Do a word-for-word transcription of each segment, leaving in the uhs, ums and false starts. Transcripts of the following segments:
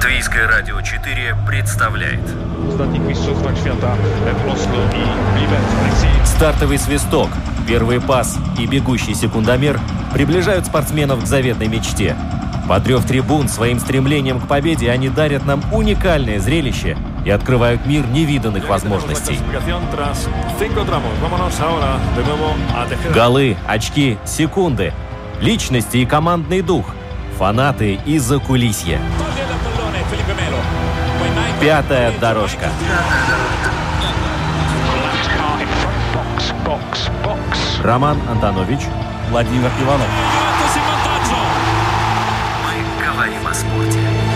Латвийское радио четыре представляет стартовый свисток, первый пас и бегущий секундомер приближают спортсменов к заветной мечте. Подрев трибун своим стремлением к победе, они дарят нам уникальное зрелище и открывают мир невиданных возможностей. Голы, очки, секунды, личности и командный дух, фанаты и закулисье. Пятая дорожка. Роман Антонович, Владимир Иванов. Мы говорим о спорте.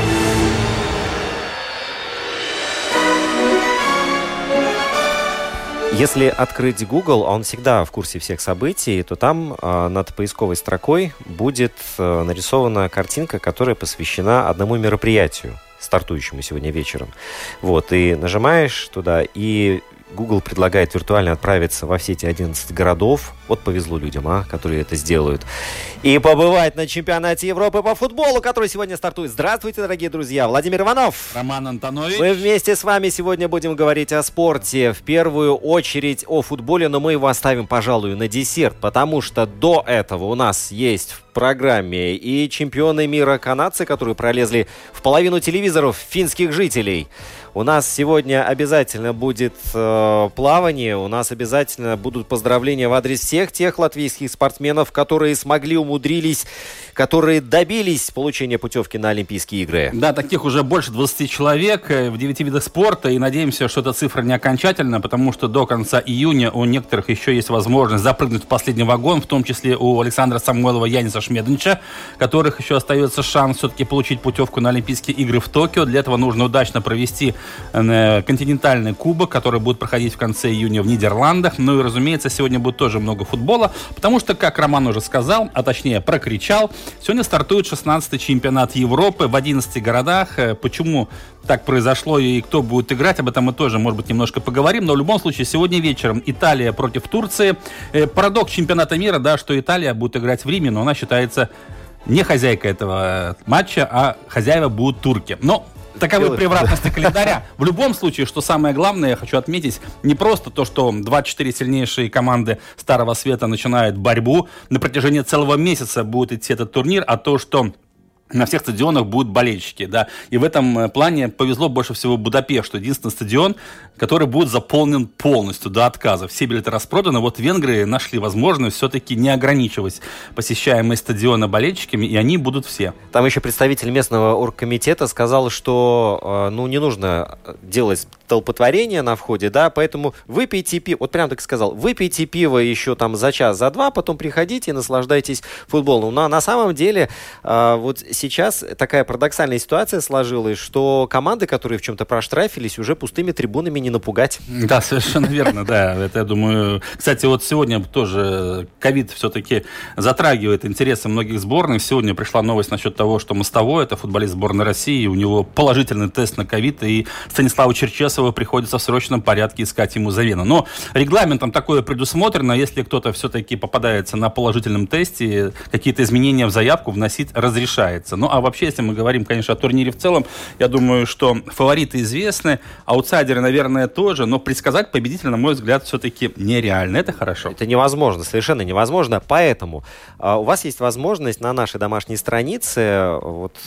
Если открыть Google, он всегда в курсе всех событий, то там э, над поисковой строкой будет э, нарисована картинка, которая посвящена одному мероприятию, стартующему сегодня вечером. Вот, и нажимаешь туда, и Google предлагает виртуально отправиться во все эти одиннадцать городов. Вот повезло людям, а, которые это сделают. И побывать на чемпионате Европы по футболу, который сегодня стартует. Здравствуйте, дорогие друзья. Владимир Иванов. Роман Антонович. Мы вместе с вами сегодня будем говорить о спорте. В первую очередь о футболе, но мы его оставим, пожалуй, на десерт, потому что до этого у нас есть в программе и чемпионы мира канадцы, которые пролезли в половину телевизоров финских жителей. У нас сегодня обязательно будет э, плавание, у нас обязательно будут поздравления в адрес всех тех латвийских спортсменов, которые смогли, умудрились, которые добились получения путевки на Олимпийские игры. Да, таких уже больше двадцати человек в девяти видах спорта, и надеемся, что эта цифра не окончательна, потому что до конца июня у некоторых еще есть возможность запрыгнуть в последний вагон, в том числе у Александра Самойлова, Яниса Шмеднича, которых еще остается шанс все-таки получить путевку на Олимпийские игры в Токио. Для этого нужно удачно провести континентальный кубок, который будет проходить в конце июня в Нидерландах. Ну и, разумеется, сегодня будет тоже много футбола, потому что, как Роман уже сказал, а точнее прокричал, сегодня стартует шестнадцатый чемпионат Европы в одиннадцати городах. Почему так произошло и кто будет играть, об этом мы тоже, может быть, немножко поговорим. Но в любом случае, сегодня вечером Италия против Турции. Парадокс чемпионата мира, да, что Италия будет играть в Риме, но она считается не хозяйкой этого матча, а хозяева будут турки. Но таковы превратности календаря. В любом случае, что самое главное, я хочу отметить, не просто то, что двадцать четыре сильнейшие команды Старого Света начинают борьбу, на протяжении целого месяца будет идти этот турнир, а то, что на всех стадионах будут болельщики, да. И в этом плане повезло больше всего Будапешту. Единственный стадион, который будет заполнен полностью до отказа. Все билеты распроданы. Вот венгры нашли возможность все-таки не ограничивать посещаемые стадионы болельщиками, и они будут все. Там еще представитель местного оргкомитета сказал, что ну, не нужно делать толпотворение на входе, да, поэтому выпейте пиво, вот прям так сказал, выпейте пиво еще там за час, за два, потом приходите и наслаждайтесь футболом. Но на самом деле вот сейчас такая парадоксальная ситуация сложилась, что команды, которые в чем-то проштрафились, уже пустыми трибунами не напугать. Да, совершенно верно, да. Это, я думаю... Кстати, вот сегодня тоже ковид все-таки затрагивает интересы многих сборных. Сегодня пришла новость насчет того, что Мостовой, это футболист сборной России, у него положительный тест на ковид, и Станиславу Черчесову приходится в срочном порядке искать ему замену. Но регламентом такое предусмотрено, если кто-то все-таки попадается на положительном тесте, какие-то изменения в заявку вносить разрешается. Ну, а вообще, если мы говорим, конечно, о турнире в целом, я думаю, что фавориты известны, аутсайдеры, наверное, тоже, но предсказать победителя, на мой взгляд, все-таки нереально. Это хорошо. Это невозможно, совершенно невозможно. Поэтому а, у вас есть возможность на нашей домашней странице, вот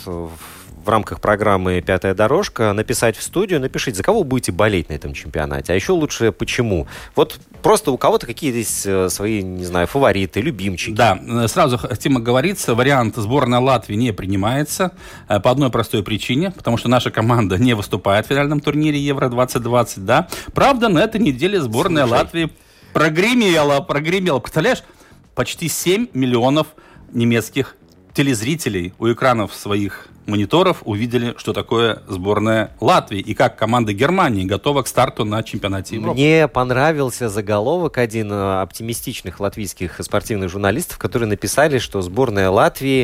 в рамках программы «Пятая дорожка», написать в студию, напишите, за кого вы будете болеть на этом чемпионате, а еще лучше, почему. Вот просто у кого-то какие-то есть свои, не знаю, фавориты, любимчики. Да, сразу хотим оговориться, вариант сборной Латвии не принимается по одной простой причине, потому что наша команда не выступает в финальном турнире Евро двадцать двадцать, да. Правда, на этой неделе сборная Слушай. Латвии прогремела, прогремела. Представляешь, почти семь миллионов немецких телезрителей у экранов своих мониторов увидели, что такое сборная Латвии и как команда Германии готова к старту на чемпионате Европы. Мне понравился заголовок один оптимистичных латвийских спортивных журналистов, которые написали, что сборная Латвии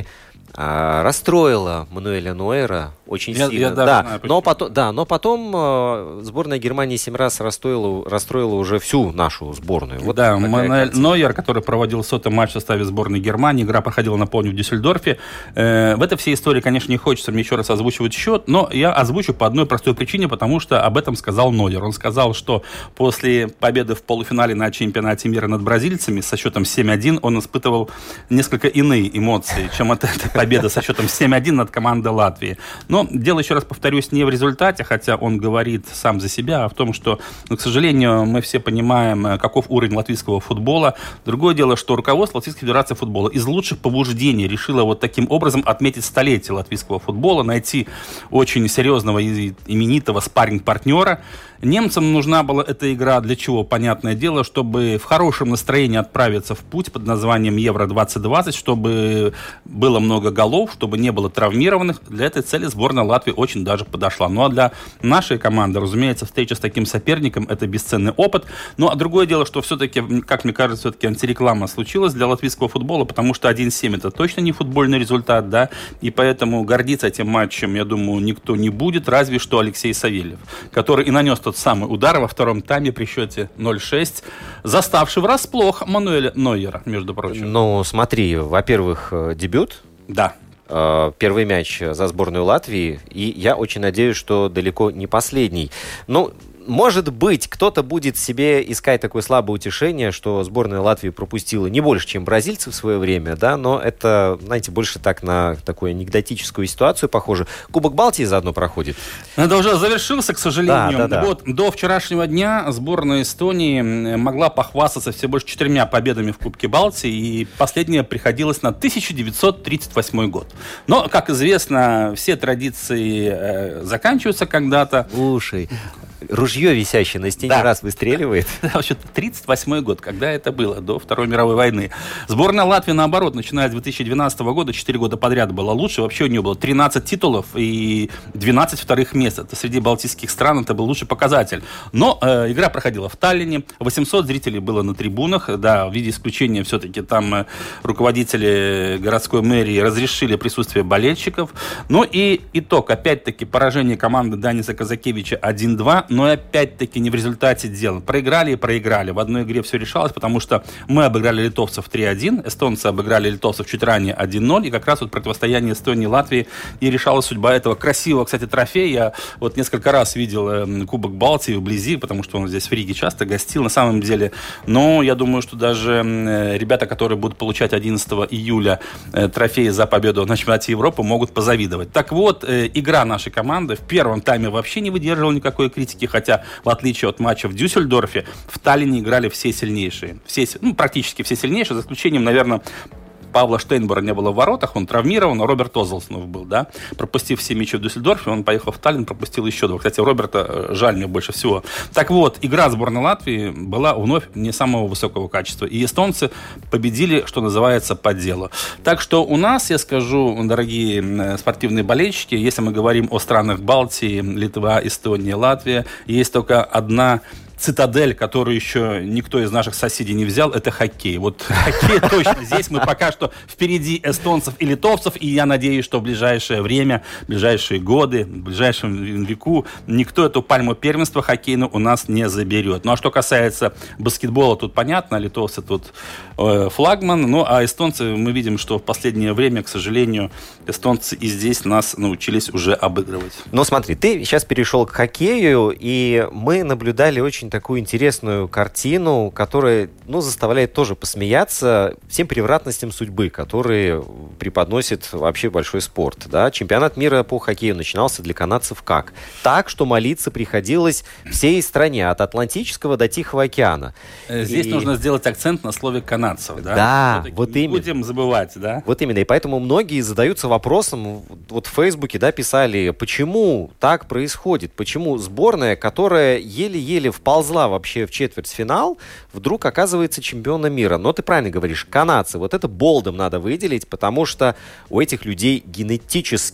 расстроила Мануэля Нойера очень я, сильно. Я даже да, знаю, но потом, да, но потом э, сборная Германии семь раз расстроила, расстроила уже всю нашу сборную. Вот да, Мануэль картина. Нойер, который проводил сотый матч в составе сборной Германии, игра проходила, напомню, в Дюссельдорфе. Э, в этой всей истории, конечно, не хочется мне еще раз озвучивать счет, но я озвучу по одной простой причине, потому что об этом сказал Нойер. Он сказал, что после победы в полуфинале на чемпионате мира над бразильцами со счетом семь один он испытывал несколько иные эмоции, чем от этой победы со счетом семь один над командой Латвии. Но дело, еще раз повторюсь, не в результате, хотя он говорит сам за себя, а в том, что, ну, к сожалению, мы все понимаем, каков уровень латвийского футбола. Другое дело, что руководство Латвийской Федерации футбола из лучших побуждений решило вот таким образом отметить столетие латвийского футбола, найти очень серьезного и именитого спарринг-партнера. Немцам нужна была эта игра для чего? Понятное дело, чтобы в хорошем настроении отправиться в путь под названием Евро двадцать двадцать, чтобы было много голов, чтобы не было травмированных. Для этой цели сборная Латвии очень даже подошла. Ну а для нашей команды, разумеется, встреча с таким соперником – это бесценный опыт. Ну а другое дело, что все-таки, как мне кажется, все-таки антиреклама случилась для латвийского футбола, потому что один семь – это точно не футбольный результат, да, и поэтому гордиться этим матчем, я думаю, никто не будет, разве что Алексей Савельев, который и нанес тот самый удар во втором тайме при счете ноль шесть, заставший врасплох Мануэля Нойера, между прочим. Ну, смотри, во-первых, дебют. Да. Первый мяч за сборную Латвии, и я очень надеюсь, что далеко не последний. Ну, может быть, кто-то будет себе искать такое слабое утешение, что сборная Латвии пропустила не больше, чем бразильцы в свое время, да, но это, знаете, больше так на такую анекдотическую ситуацию похоже. Кубок Балтии заодно проходит. Это уже завершился, к сожалению. Да, да, да. Вот, до вчерашнего дня сборная Эстонии могла похвастаться всего лишь четырьмя победами в Кубке Балтии, и последняя приходилась на тысяча девятьсот тридцать восьмой год. Но, как известно, все традиции э, заканчиваются когда-то. Слушай, ружье, висящее на стене, да. раз выстреливает. Вообще-то тридцать восьмой год, когда это было, до Второй мировой войны. Сборная Латвии, наоборот, начиная с две тысячи двенадцатого года, четыре года подряд была лучше. Вообще у нее было тринадцать титулов и двенадцать вторых мест. Это среди балтийских стран это был лучший показатель. Но э, игра проходила в Таллине. восемьсот зрителей было на трибунах. Да, в виде исключения все-таки там э, руководители городской мэрии разрешили присутствие болельщиков. Ну и итог. Опять-таки поражение команды Даниса Казакевича один-два. Но опять-таки не в результате дела. Проиграли и проиграли. В одной игре все решалось, потому что мы обыграли литовцев три один, эстонцы обыграли литовцев чуть ранее один ноль, и как раз вот противостояние Эстонии и Латвии и решалась судьба этого красивого, кстати, трофея. Я вот несколько раз видел э, Кубок Балтии вблизи, потому что он здесь в Риге часто гостил, на самом деле. Но я думаю, что даже э, ребята, которые будут получать одиннадцатого июля э, трофеи за победу на чемпионате Европы, могут позавидовать. Так вот, э, игра нашей команды в первом тайме вообще не выдерживала никакой критики, хотя, в отличие от матча в Дюссельдорфе, в Таллине играли все сильнейшие. Все, ну, практически все сильнейшие, за исключением, наверное, Павла Штейнбора не было в воротах, он травмирован, а Роберт Озолснов был, да. Пропустив все мячи в Дюссельдорфе, он поехал в Таллин, пропустил еще два. Кстати, Роберта жаль мне больше всего. Так вот, игра сборной Латвии была вновь не самого высокого качества. И эстонцы победили, что называется, по делу. Так что у нас, я скажу, дорогие спортивные болельщики, если мы говорим о странах Балтии, Литва, Эстония, Латвия, есть только одна цитадель, которую еще никто из наших соседей не взял, это хоккей. Вот хоккей точно здесь мы пока что впереди эстонцев и литовцев, и я надеюсь, что в ближайшее время, в ближайшие годы, в ближайшем веку никто эту пальму первенства хоккейную у нас не заберет. Ну а что касается баскетбола, тут понятно, литовцы тут э, флагман, ну а эстонцы, мы видим, что в последнее время, к сожалению, эстонцы и здесь нас научились уже обыгрывать. Но смотри, ты сейчас перешел к хоккею, и мы наблюдали очень такую интересную картину, которая, ну, заставляет тоже посмеяться всем превратностям судьбы, которые преподносит вообще большой спорт. Да? Чемпионат мира по хоккею начинался для канадцев как? Так, что молиться приходилось всей стране, от Атлантического до Тихого океана. Здесь и... нужно сделать акцент на слове канадцев. Да, да вот не именно. будем забывать, да? Вот именно. И поэтому многие задаются вопросом, вот в Фейсбуке, да, писали, почему так происходит? Почему сборная, которая еле-еле вползла вообще в четвертьфинал, вдруг оказывается чемпионом мира? Но ты правильно говоришь, канадцы. Вот это болдом надо выделить, потому что у этих людей генетически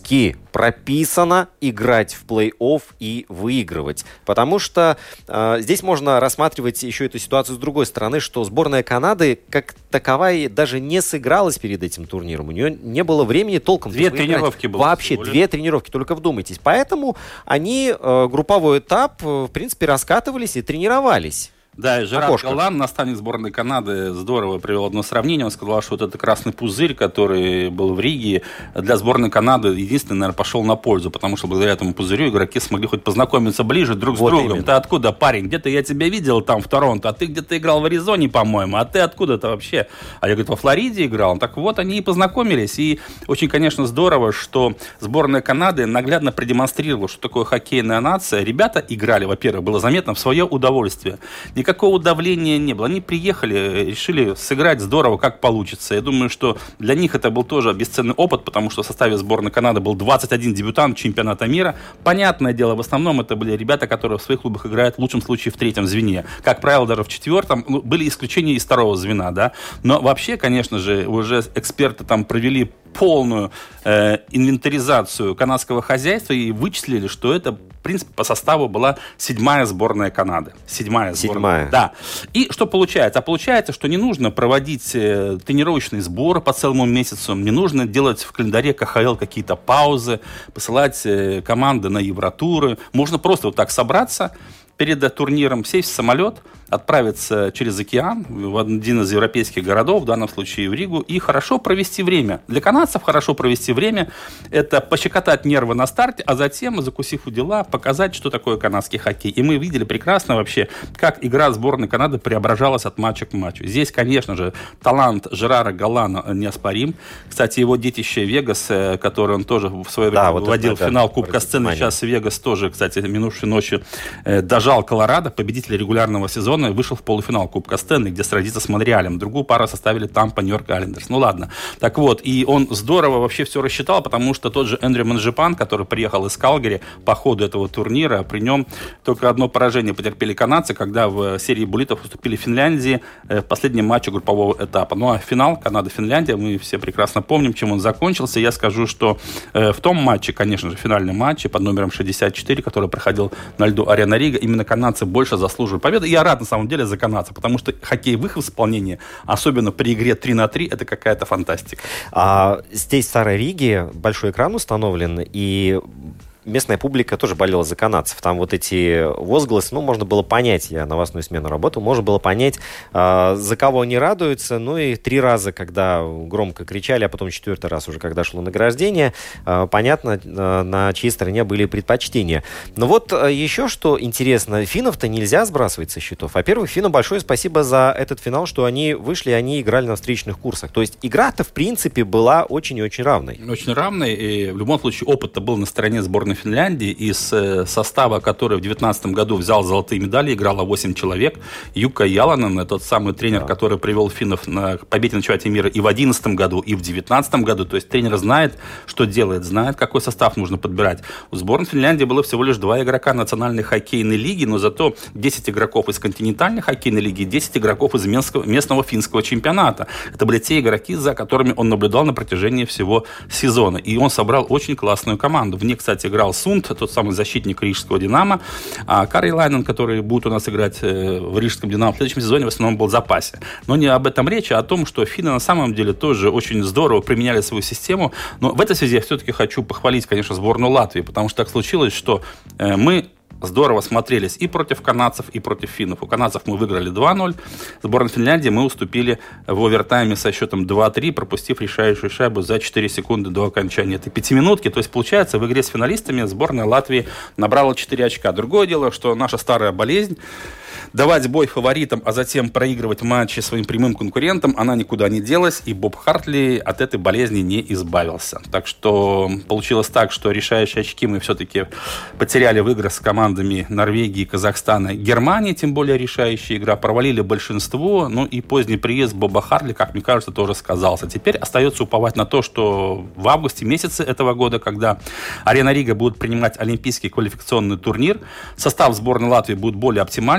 прописано играть в плей-офф и выигрывать. Потому что э, здесь можно рассматривать еще эту ситуацию с другой стороны, что сборная Канады как таковая даже не сыгралась перед этим турниром. У нее не было времени толком Две тренировки было. Вообще, две тренировки, только вдумайтесь. Поэтому они э, групповой этап, э, в принципе, раскатывались и тренировались. Да, и Жерар Галлан, наставник сборной Канады, здорово привел одно сравнение. Он сказал, что вот этот красный пузырь, который был в Риге, для сборной Канады единственный, наверное, пошел на пользу, потому что благодаря этому пузырю игроки смогли хоть познакомиться ближе друг вот с другом. Именно. Ты откуда, парень? Где-то я тебя видел там в Торонто, а ты где-то играл в Аризоне, по-моему, а ты откуда-то вообще? А я, говорит, во Флориде играл. Так вот, они и познакомились. И очень, конечно, здорово, что сборная Канады наглядно продемонстрировала, что такое хоккейная нация. Ребята играли, во-первых, было заметно, в свое удовольствие. Никакого давления не было. Они приехали, решили сыграть здорово, как получится. Я думаю, что для них это был тоже бесценный опыт, потому что в составе сборной Канады был двадцать один дебютант чемпионата мира. Понятное дело, в основном это были ребята, которые в своих клубах играют в лучшем случае в третьем звене. Как правило, даже в четвертом. Ну, были исключения из второго звена, да. Но вообще, конечно же, уже эксперты там провели полную э, инвентаризацию канадского хозяйства и вычислили, что это, в принципе, по составу была седьмая сборная Канады. Седьмая сборная. Седьмая. Да. И что получается? А получается, что не нужно проводить э, тренировочные сборы по целому месяцу, не нужно делать в календаре ка ха эл какие-то паузы, посылать э, команды на евротуры. Можно просто вот так собраться перед турниром, сесть в самолет, отправиться через океан в один из европейских городов, в данном случае в Ригу, и хорошо провести время. Для канадцев хорошо провести время – это пощекотать нервы на старте, а затем, закусив у дела, показать, что такое канадский хоккей. И мы видели прекрасно вообще, как игра сборной Канады преображалась от матча к матчу. Здесь, конечно же, талант Жерара Галлана неоспорим. Кстати, его детище Вегас, который он тоже в свое время да, выводил вот в финал Кубка Сцены, сейчас Вегас тоже, кстати, минувшей ночью дожал Колорадо, победителя регулярного сезона, вышел в полуфинал Кубка Стэнли, где сразится с Монреалем. Другую пару составили Тампа, Нью-Йорк Айлендерс. Ну ладно. Так вот, и он здорово вообще все рассчитал, потому что тот же Эндрю Манжипан, который приехал из Калгари по ходу этого турнира, при нем только одно поражение потерпели канадцы, когда в серии буллитов уступили Финляндии в последнем матче группового этапа. Ну а финал Канада-Финляндия, мы все прекрасно помним, чем он закончился. Я скажу, что в том матче, конечно же, финальном матче под номером шестьдесят четыре, который проходил на льду Арена Рига, именно канадцы больше заслуживают победы. И я рад, на самом деле, за канадцев, потому что хоккей в их исполнении, особенно при игре три на три, это какая-то фантастика. А здесь в Старой Риге большой экран установлен, и местная публика тоже болела за канадцев. Там вот эти возгласы, ну, можно было понять, я новостную смену работал, можно было понять, э, за кого они радуются. Ну и три раза, когда громко кричали, а потом четвертый раз уже, когда шло награждение, э, понятно, э, на чьей стороне были предпочтения. Но вот э, еще что интересно, финнов-то нельзя сбрасывать со счетов. Во-первых, финнам большое спасибо за этот финал, что они вышли, они играли на встречных курсах. То есть игра-то, в принципе, была очень и очень равной. Очень равной, и в любом случае опыт-то был на стороне сборной Финляндии. Из состава, который в две тысячи девятнадцатом году взял золотые медали, играло восемь человек. Юкка Яланен, тот самый тренер, да. который привел финнов на победе на чемпионате мира и в две тысячи одиннадцатом году, и в две тысячи девятнадцатом году. То есть тренер знает, что делает, знает, какой состав нужно подбирать. У сборной Финляндии было всего лишь два игрока национальной хоккейной лиги, но зато десять игроков из континентальной хоккейной лиги, десять игроков из местного, местного финского чемпионата. Это были те игроки, за которыми он наблюдал на протяжении всего сезона. И он собрал очень классную команду. В ней, кстати, играл Сунд, тот самый защитник рижского «Динамо», а Кари Лайнен, который будет у нас играть в рижском «Динамо» в следующем сезоне, в основном был в запасе. Но не об этом речь, а о том, что финны на самом деле тоже очень здорово применяли свою систему. Но в этой связи я все-таки хочу похвалить, конечно, сборную Латвии, потому что так случилось, что мы здорово смотрелись и против канадцев, и против финнов. У канадцев мы выиграли два ноль. Сборной Финляндии мы уступили в овертайме со счетом два три, пропустив решающую шайбу за четыре секунды до окончания этой пятиминутки. То есть, получается, в игре с финалистами сборная Латвии набрала четыре очка. Другое дело, что наша старая болезнь давать бой фаворитам, а затем проигрывать матчи своим прямым конкурентам, она никуда не делась, и Боб Хартли от этой болезни не избавился. Так что получилось так, что решающие очки мы все-таки потеряли в играх с командами Норвегии, Казахстана, Германии, тем более решающая игра, провалили большинство, ну и поздний приезд Боба Хартли, как мне кажется, тоже сказался. Теперь остается уповать на то, что в августе месяце этого года, когда Арена Рига будет принимать олимпийский квалификационный турнир, состав сборной Латвии будет более оптимальным, в всяком случае,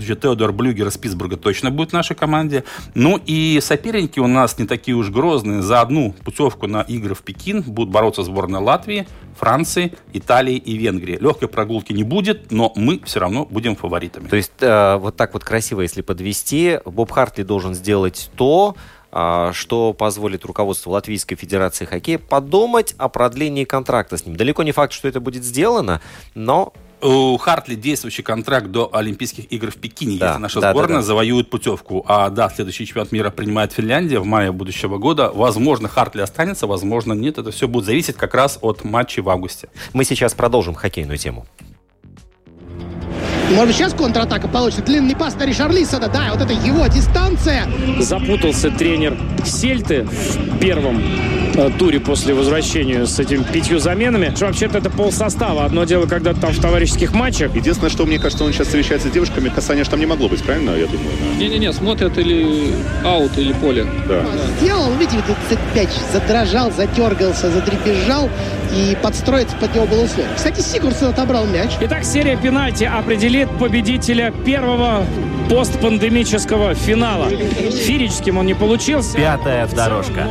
случае Теодор Блюгер из Питтсбурга точно будет в нашей команде. Ну и соперники у нас не такие уж грозные. За одну путевку на игры в Пекин будут бороться сборная Латвии, Франции, Италии и Венгрии. Легкой прогулки не будет, но мы все равно будем фаворитами. То есть э, вот так вот красиво, если подвести, Боб Хартли должен сделать то, э, что позволит руководству Латвийской Федерации хоккея подумать о продлении контракта с ним. Далеко не факт, что это будет сделано, но... У Хартли действующий контракт до Олимпийских игр в Пекине, да, если наша да, сборная да, да. завоюет путевку. А да, следующий чемпионат мира принимает Финляндия в мае будущего года. Возможно, Хартли останется, возможно, нет. Это все будет зависеть как раз от матчей в августе. Мы сейчас продолжим хоккейную тему. Может быть, сейчас контратака получится. Длинный пас на Ришарлисона. Да, вот это его дистанция. Запутался тренер Сельты в первом э, туре после возвращения с этими пятью заменами. Что вообще-то это полсостава. Одно дело, когда ты там в товарищеских матчах. Единственное, что мне кажется, он сейчас совещается с девушками, касания же там не могло быть, правильно, я думаю? Да. Не-не-не, смотрят или аут, или поле. Да. Сделал, видите, этот мяч задрожал, задергался, задребезжал, и подстроиться под него было условие. Кстати, Сигурдсон отобрал мяч. Итак, серия пенальти определит победителя первого постпандемического финала. Феерическим он не получился. Пятая дорожка.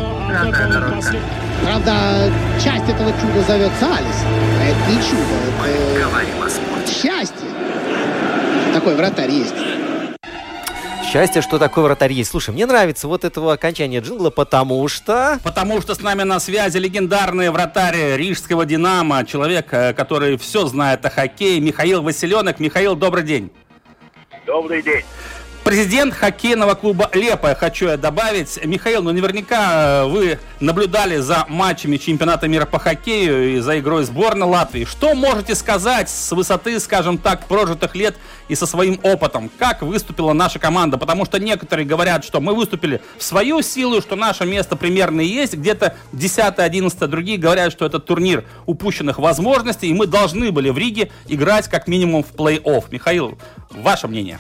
Правда, часть этого чуда зовется Алис. А это не чудо, это счастье. Такой вратарь есть. Счастье, что такое вратарь есть. Слушай, мне нравится вот этого окончания джингла, потому что... Потому что с нами на связи легендарный вратарь рижского «Динамо», человек, который все знает о хоккее, Михаил Василенок. Михаил, добрый день. Добрый день. Президент хоккейного клуба «Лепа», хочу я добавить. Михаил, ну наверняка вы наблюдали за матчами чемпионата мира по хоккею и за игрой сборной Латвии. Что можете сказать с высоты, скажем так, прожитых лет и со своим опытом? Как выступила наша команда? Потому что некоторые говорят, что мы выступили в свою силу, что наше место примерно есть, где-то десятое-одиннадцатое. Другие говорят, что это турнир упущенных возможностей, и мы должны были в Риге играть как минимум в плей-офф. Михаил, ваше мнение?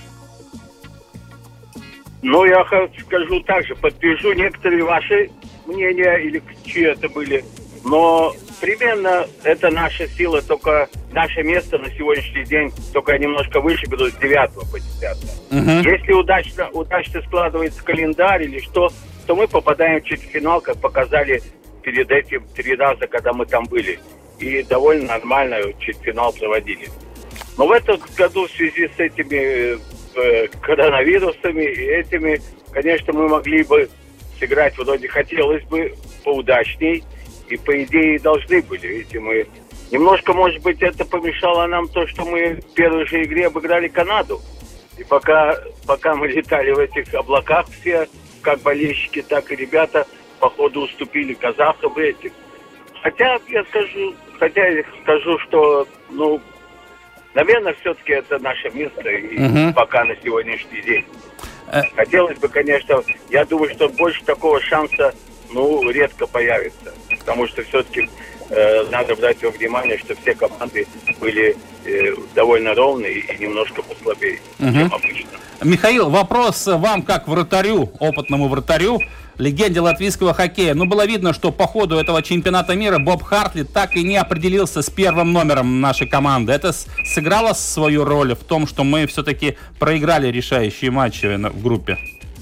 Ну, я скажу так же, подтвержу некоторые ваши мнения, или чьи это были, но примерно это наша сила, только наше место на сегодняшний день только немножко выше, буду с девятого по десятое. Uh-huh. Если удачно, удачно складывается календарь или что, то мы попадаем в четвертьфинал, как показали перед этим три раза, когда мы там были. И довольно нормально четвертьфинал проводили. Но в этом году в связи с этими э, коронавирусами и этими, конечно, мы могли бы сыграть, вроде хотелось бы, поудачней. И, по идее, должны были. Видите, мы... Немножко, может быть, это помешало нам то, что мы в первой же игре обыграли Канаду. И пока, пока мы летали в этих облаках все, как болельщики, так и ребята, походу, уступили казахам этим. Хотя, я скажу, хотя я скажу, что, ну, наверное, все-таки это наше место, и uh-huh. пока на сегодняшний день. Uh- Хотелось бы, конечно, я думаю, что больше такого шанса, ну, редко появится. Потому что все-таки э, надо брать во внимание, что все команды были э, довольно ровные и немножко послабее, uh-huh. чем обычно. Михаил, вопрос вам как вратарю, опытному вратарю, легенде латвийского хоккея. Ну, было видно, что по ходу этого чемпионата мира Боб Хартли так и не определился с первым номером нашей команды. Это сыграло свою роль в том, что мы все-таки проиграли решающие матчи в группе?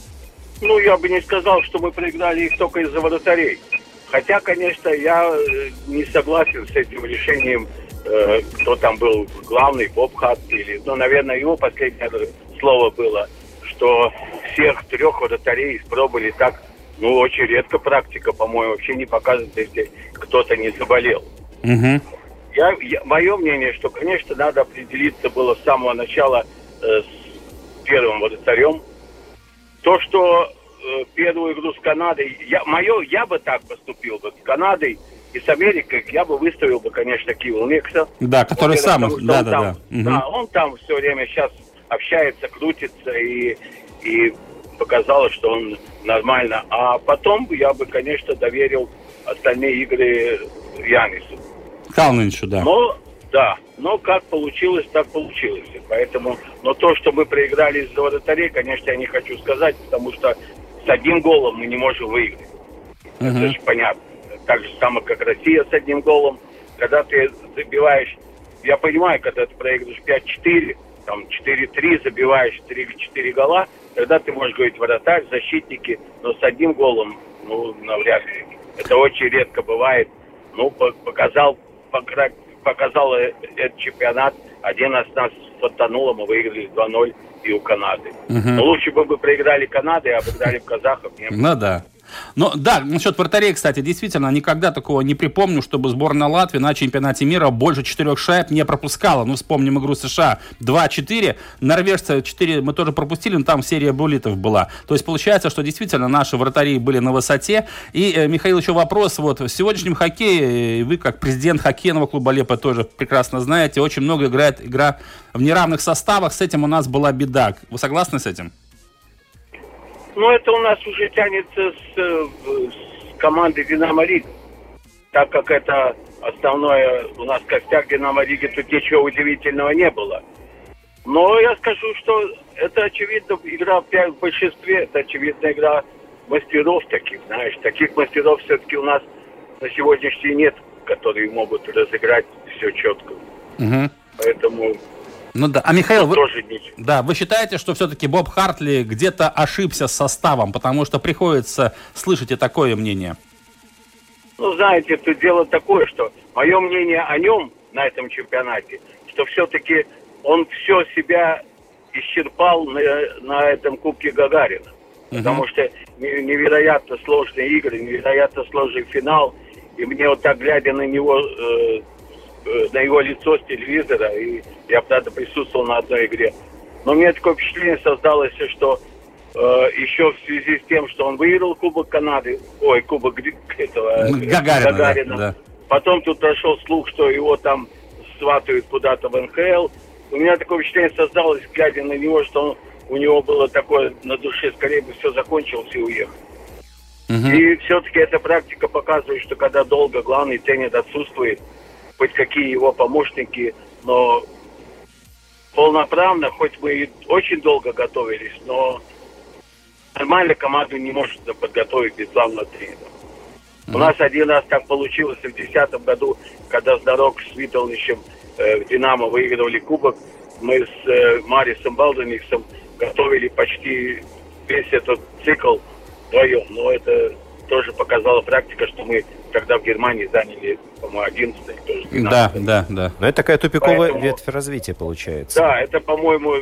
Ну, я бы не сказал, что мы проиграли их только из-за вратарей. Хотя, конечно, я не согласен с этим решением, э, кто там был главный, Боб Хартли, или, ну, наверное, его последнее слово было, что всех трех вратарей испробовали так, ну, очень редко практика, по-моему, вообще не показывает, если кто-то не заболел. Угу. Я, я, мое мнение, что, конечно, надо определиться было с самого начала э, с первым вратарем. То, что э, первую игру с Канадой, я, мое, я бы так поступил бы с Канадой и с Америкой, я бы выставил бы, конечно, Кивл Мекса. Да, который сам, да, да, да. Да, он там все время сейчас общается, крутится и, и показалось, что он нормально. А потом я бы, конечно, доверил остальные игры Янису. Калниншу, да. Но, да, но как получилось, так получилось. Поэтому, но то, что мы проиграли из-за вратарей, конечно, я не хочу сказать, потому что с одним голом мы не можем выиграть. Uh-huh. Это же понятно. Так же самое, как Россия с одним голом. Когда ты забиваешь, я понимаю, когда ты проигрываешь пять-четыре, там четыре-три забиваешь три-четыре гола, тогда ты можешь говорить вратарь, защитники, но с одним голом, ну, навряд ли. Это очень редко бывает. Ну, показал, показал этот чемпионат. Один раз нас фотануло, мы выиграли два ноль и у Канады. Угу. Но лучше бы мы проиграли Канады, а обыграли казахов. Нет? Ну да. Ну да, насчет вратарей, кстати, действительно, никогда такого не припомню, чтобы сборная Латвии на чемпионате мира больше четырех шайб не пропускала. Ну, вспомним игру США два-четыре, норвежцы четыре мы тоже пропустили, но там серия буллитов была. То есть получается, что действительно наши вратари были на высоте. И, э, Михаил, еще вопрос. Вот в сегодняшнем хоккее, вы как президент хоккейного клуба Лепа тоже прекрасно знаете, очень много играет игра в неравных составах. С этим у нас была беда. Вы согласны с этим? Ну, это у нас уже тянется с, с командой «Динамо Рига». Так как это основное у нас костяк «Динамо Риги», тут ничего удивительного не было. Но я скажу, что это, очевидно, игра в большинстве, это, очевидно, игра мастеров таких, знаешь. Таких мастеров все-таки у нас на сегодняшний день нет, которые могут разыграть все четко. Угу. Поэтому... Ну да, а Михаил, вы, тоже не... да, вы считаете, что все-таки Боб Хартли где-то ошибся с составом, потому что приходится слышать и такое мнение? Ну, знаете, тут дело такое, что мое мнение о нем на этом чемпионате, что все-таки он все себя исчерпал на, на этом Кубке Гагарина. Uh-huh. Потому что невероятно сложные игры, невероятно сложный финал, и мне вот так, глядя на него... Э, на его лицо с телевизора, и я, правда, присутствовал на одной игре. Но у меня такое впечатление создалось, что э, еще в связи с тем, что он выиграл Кубок Канады, ой, Кубок этого, Гагарина, Гагарина. Да, да. Потом тут прошел слух, что его там сватают куда-то в эн ха эл. У меня такое впечатление создалось, глядя на него, что он, у него было такое на душе, скорее бы все закончилось и уехал. Угу. И все-таки эта практика показывает, что когда долго главный тренер отсутствует, хоть какие его помощники, но полноправно, хоть мы и очень долго готовились, но нормально команду не может подготовить без главного тренера. Mm-hmm. У нас один раз так получилось в две тысячи десятом году, когда Здорок с Виталничем э, в «Динамо» выигрывали кубок, мы с э, Марисом Балдениксом готовили почти весь этот цикл вдвоем, но это тоже показала практика, что мы когда в Германии заняли, по-моему, одиннадцатое. Да, да, да. Но это такая тупиковая Поэтому, ветвь развития получается. Да, это, по-моему,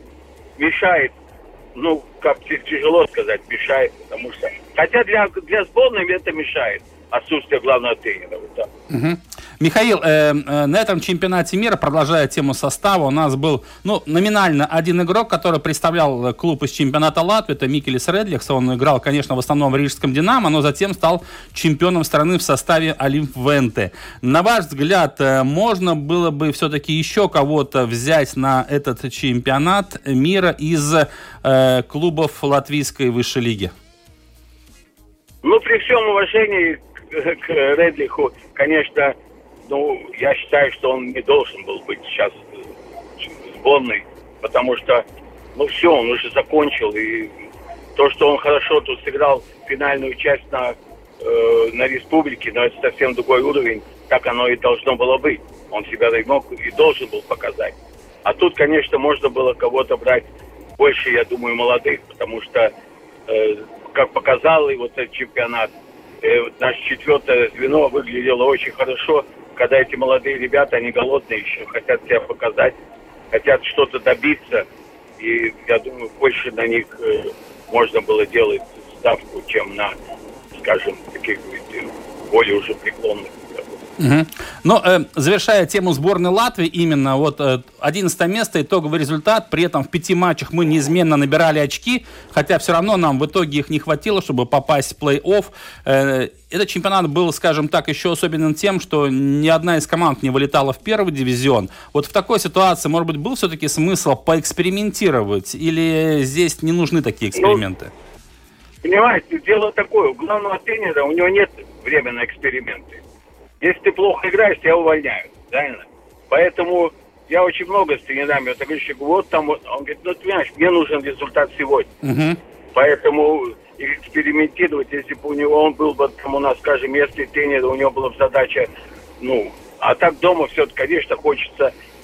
мешает, ну, как тяжело сказать, мешает, потому что... Хотя для, для сборной это мешает. Отсутствие главного тренера. Вот так. Угу. Михаил, э, э, на этом чемпионате мира, продолжая тему состава, у нас был, ну, номинально один игрок, который представлял клуб из чемпионата Латвии, это Микелис Редлихс. Он играл, конечно, в основном в рижском «Динамо», но затем стал чемпионом страны в составе Олимп Венте. На ваш взгляд, э, можно было бы все-таки еще кого-то взять на этот чемпионат мира из э, клубов латвийской высшей лиги? Ну, при всем уважении к Редлиху, конечно, ну, я считаю, что он не должен был быть сейчас в сборной, потому что, ну, все, он уже закончил, и то, что он хорошо тут сыграл финальную часть на, э, на республике, но это совсем другой уровень, так оно и должно было быть. Он себя и мог, и должен был показать. А тут, конечно, можно было кого-то брать больше, я думаю, молодых, потому что, э, как показал и вот этот чемпионат, наше четвертое звено выглядело очень хорошо, когда эти молодые ребята, они голодные еще, хотят себя показать, хотят что-то добиться, и я думаю, больше на них э, можно было делать ставку, чем на, скажем, таких более уже преклонных. Угу. Но э, завершая тему сборной Латвии, именно вот э, одиннадцатое место, итоговый результат, при этом в пяти матчах мы неизменно набирали очки, хотя все равно нам в итоге их не хватило, чтобы попасть в плей-офф. Э, этот чемпионат был, скажем так, еще особенным тем, что ни одна из команд не вылетала в первый дивизион. Вот в такой ситуации, может быть, был все-таки смысл поэкспериментировать, или здесь не нужны такие эксперименты? Ну, понимаете, дело такое, у главного тренера, у него нет времени на эксперименты. Если ты плохо играешь, тебя увольняют, правильно? Поэтому я очень много с тренерами, вот, я говорю, вот там, вот, он говорит, ну, ты понимаешь, мне нужен результат сегодня. Uh-huh. Поэтому экспериментировать, если бы у него, он был бы, там, у нас, скажем, если тренер, у него была бы задача, ну, а так дома все-таки, конечно, хочется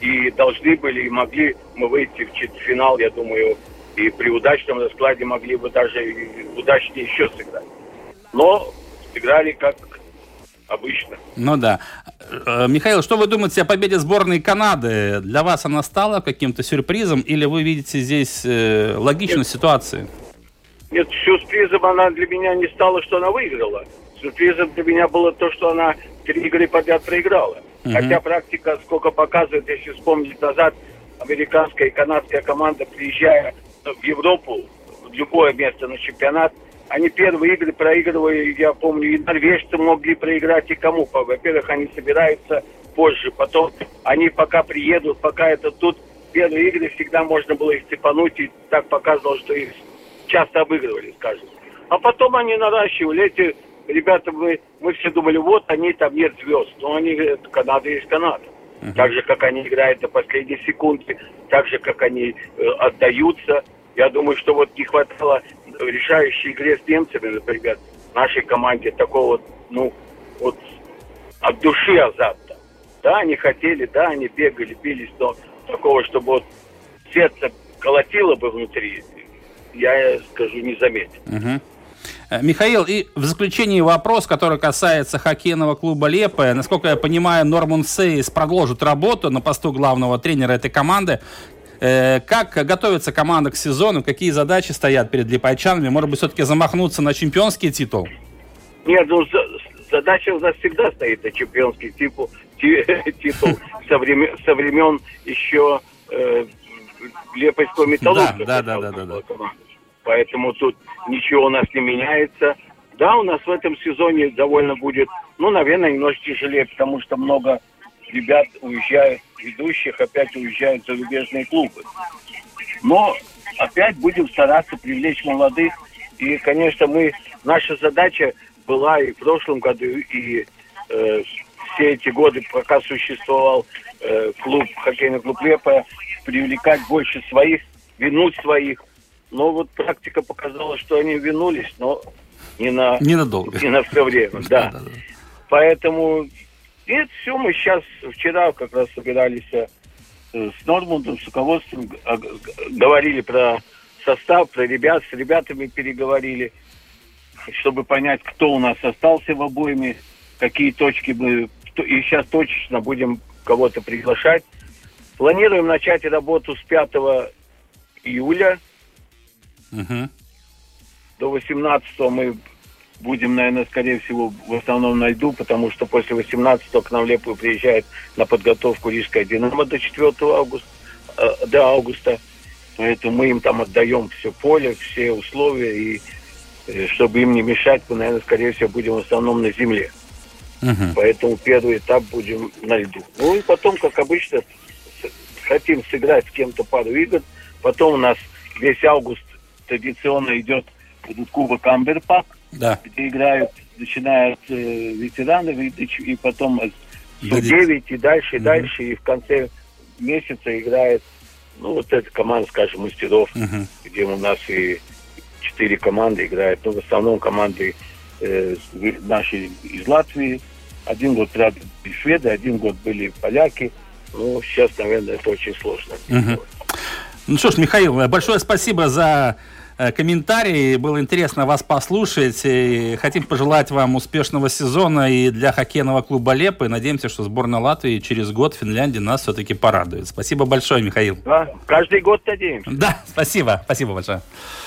И должны были, и могли мы выйти в четвертьфинал, я думаю, и при удачном раскладе могли бы даже удачнее еще сыграть. Но сыграли как обычно. Ну да. Михаил, что вы думаете о победе сборной Канады? Для вас она стала каким-то сюрпризом, или вы видите здесь э, логичность Нет. ситуации? Нет, сюрпризом она для меня не стала, что она выиграла. Сюрпризом для меня было то, что она три игры подряд проиграла. Uh-huh. Хотя практика сколько показывает, если вспомнить назад, американская и канадская команда, приезжая в Европу, в любое место на чемпионат, они первые игры проигрывали, я помню, и норвежцы могли проиграть, и кому. Во-первых, они собираются позже, потом они пока приедут, пока это тут, первые игры всегда можно было их цепануть, и так показывало, что их часто обыгрывали, скажем. А потом они наращивали. Эти ребята, мы, мы все думали, вот они, там нет звезд. Но они, это Канада есть Канада. Uh-huh. Так же, как они играют до последней секунды, так же, как они э, отдаются. Я думаю, что вот не хватало в решающей игре с немцами, например, нашей команде такого вот, ну, вот от души азарта. Да, они хотели, да, они бегали, бились, но такого, чтобы вот сердце колотило бы внутри, я скажу, не заметил. Угу. Михаил, и в заключении вопрос, который касается хоккейного клуба «Лепая». Насколько я понимаю, Норман Сейс продолжит работу на посту главного тренера этой команды. Как готовится команда к сезону? Какие задачи стоят перед лепайчанами? Может быть, все-таки замахнуться на чемпионский титул? Нет, ну задача у нас всегда стоит на чемпионский титул, титул со времен, со времен еще э, Лепойского металлурга. Да, да, да, да, да. Поэтому тут ничего у нас не меняется. Да, у нас в этом сезоне довольно будет, ну, наверное, немножко тяжелее, потому что много ребят уезжают, ведущих опять уезжают в зарубежные клубы. Но опять будем стараться привлечь молодых. И, конечно, мы, наша задача была и в прошлом году, и э, все эти годы, пока существовал э, клуб, хоккейный клуб «Лепая», привлекать больше своих, винуть своих. Но вот практика показала, что они винулись, но не на, ненадолго. Не на все время. Да. Да, да, да. Поэтому это все мы сейчас, вчера как раз собирались с Нормундом, с руководством, говорили про состав, про ребят, с ребятами переговорили, чтобы понять, кто у нас остался в обойме, какие точки мы... И сейчас точечно будем кого-то приглашать. Планируем начать работу с пятого июля. Uh-huh. До восемнадцатого мы будем, наверное, скорее всего, в основном на льду, потому что после восемнадцатого к нам в Лепую приезжает на подготовку Рижская «Динамо» до четвёртого августа, э, до августа. Поэтому мы им там отдаем все поле, все условия, и э, чтобы им не мешать, мы, наверное, скорее всего, будем в основном на земле. Uh-huh. Поэтому первый этап будем на льду. Ну и потом, как обычно, с- хотим сыграть с кем-то пару игр. Потом у нас весь август традиционно идет этот кубок Амберпак, да, где играют, начиная от э, ветеранов и, и потом Су девять и дальше, и угу. дальше, и в конце месяца играет, ну, вот эта команда, скажем, мастеров, угу. где у нас и четыре команды играют, ну, в основном команды э, наши из Латвии. Один год, правда, шведы, один год были поляки, ну, сейчас, наверное, это очень сложно. Угу. Ну что ж, Михаил, большое спасибо за э, комментарии. Было интересно вас послушать. И хотим пожелать вам успешного сезона и для хоккейного клуба «Лепа». И надеемся, что сборная Латвии через год в Финляндии нас все-таки порадует. Спасибо большое, Михаил. Да, каждый год надеемся. Да, спасибо. Спасибо большое.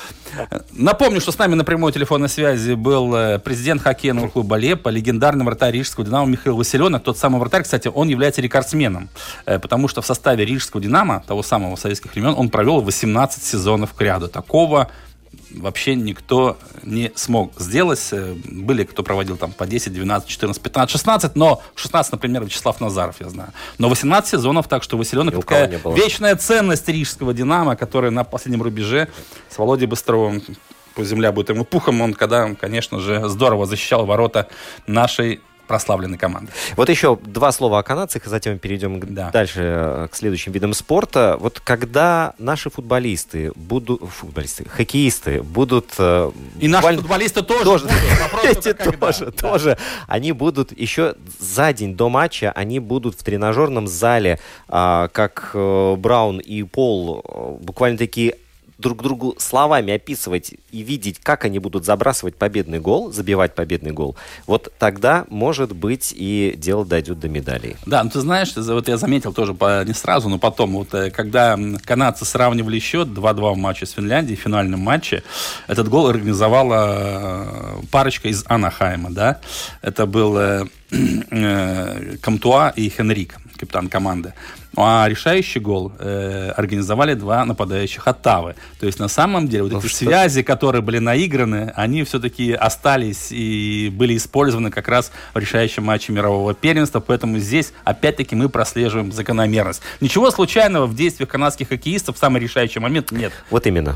Напомню, что с нами на прямой телефонной связи был президент хоккейного клуба «Лепа», легендарный вратарь рижского «Динамо» Михаил Василенок. Тот самый вратарь, кстати, он является рекордсменом, потому что в составе рижского «Динамо», того самого советских времен, он провел восемнадцать сезонов кряду. Такого вообще никто не смог сделать. Были, кто проводил там по десять, двенадцать, четырнадцать, пятнадцать, шестнадцать, но шестнадцать, например, Вячеслав Назаров, я знаю. Но восемнадцать сезонов, так что Василенок такая вечная ценность рижского «Динамо», который на последнем рубеже с Володей Быстровым, пусть земля будет ему пухом, он когда, конечно же, здорово защищал ворота нашей прославленной команды. Вот еще два слова о канадцах, и затем перейдем да. дальше к следующим видам спорта. Вот когда наши футболисты будут... Футболисты, хоккеисты будут... И наши буквально... футболисты тоже, тоже будут. Эти тоже, да. тоже. Они будут еще за день до матча, они будут в тренажерном зале, как Браун и Пол, буквально такие... друг другу словами описывать и видеть, как они будут забрасывать победный гол, забивать победный гол, вот тогда, может быть, и дело дойдет до медалей. Да, ну ты знаешь, вот я заметил тоже по, не сразу, но потом, вот когда канадцы сравнивали счет два-два в матче с Финляндией, в финальном матче, этот гол организовала парочка из Анахайма, да, это был э, э, Комтуа и Хенрик, капитан команды. А решающий гол э, организовали два нападающих Оттавы. То есть, на самом деле, вот ну, эти что? связи, которые были наиграны, они все-таки остались и были использованы как раз в решающем матче мирового первенства. Поэтому здесь, опять-таки, мы прослеживаем закономерность. Ничего случайного в действиях канадских хоккеистов в самый решающий момент нет. Вот именно.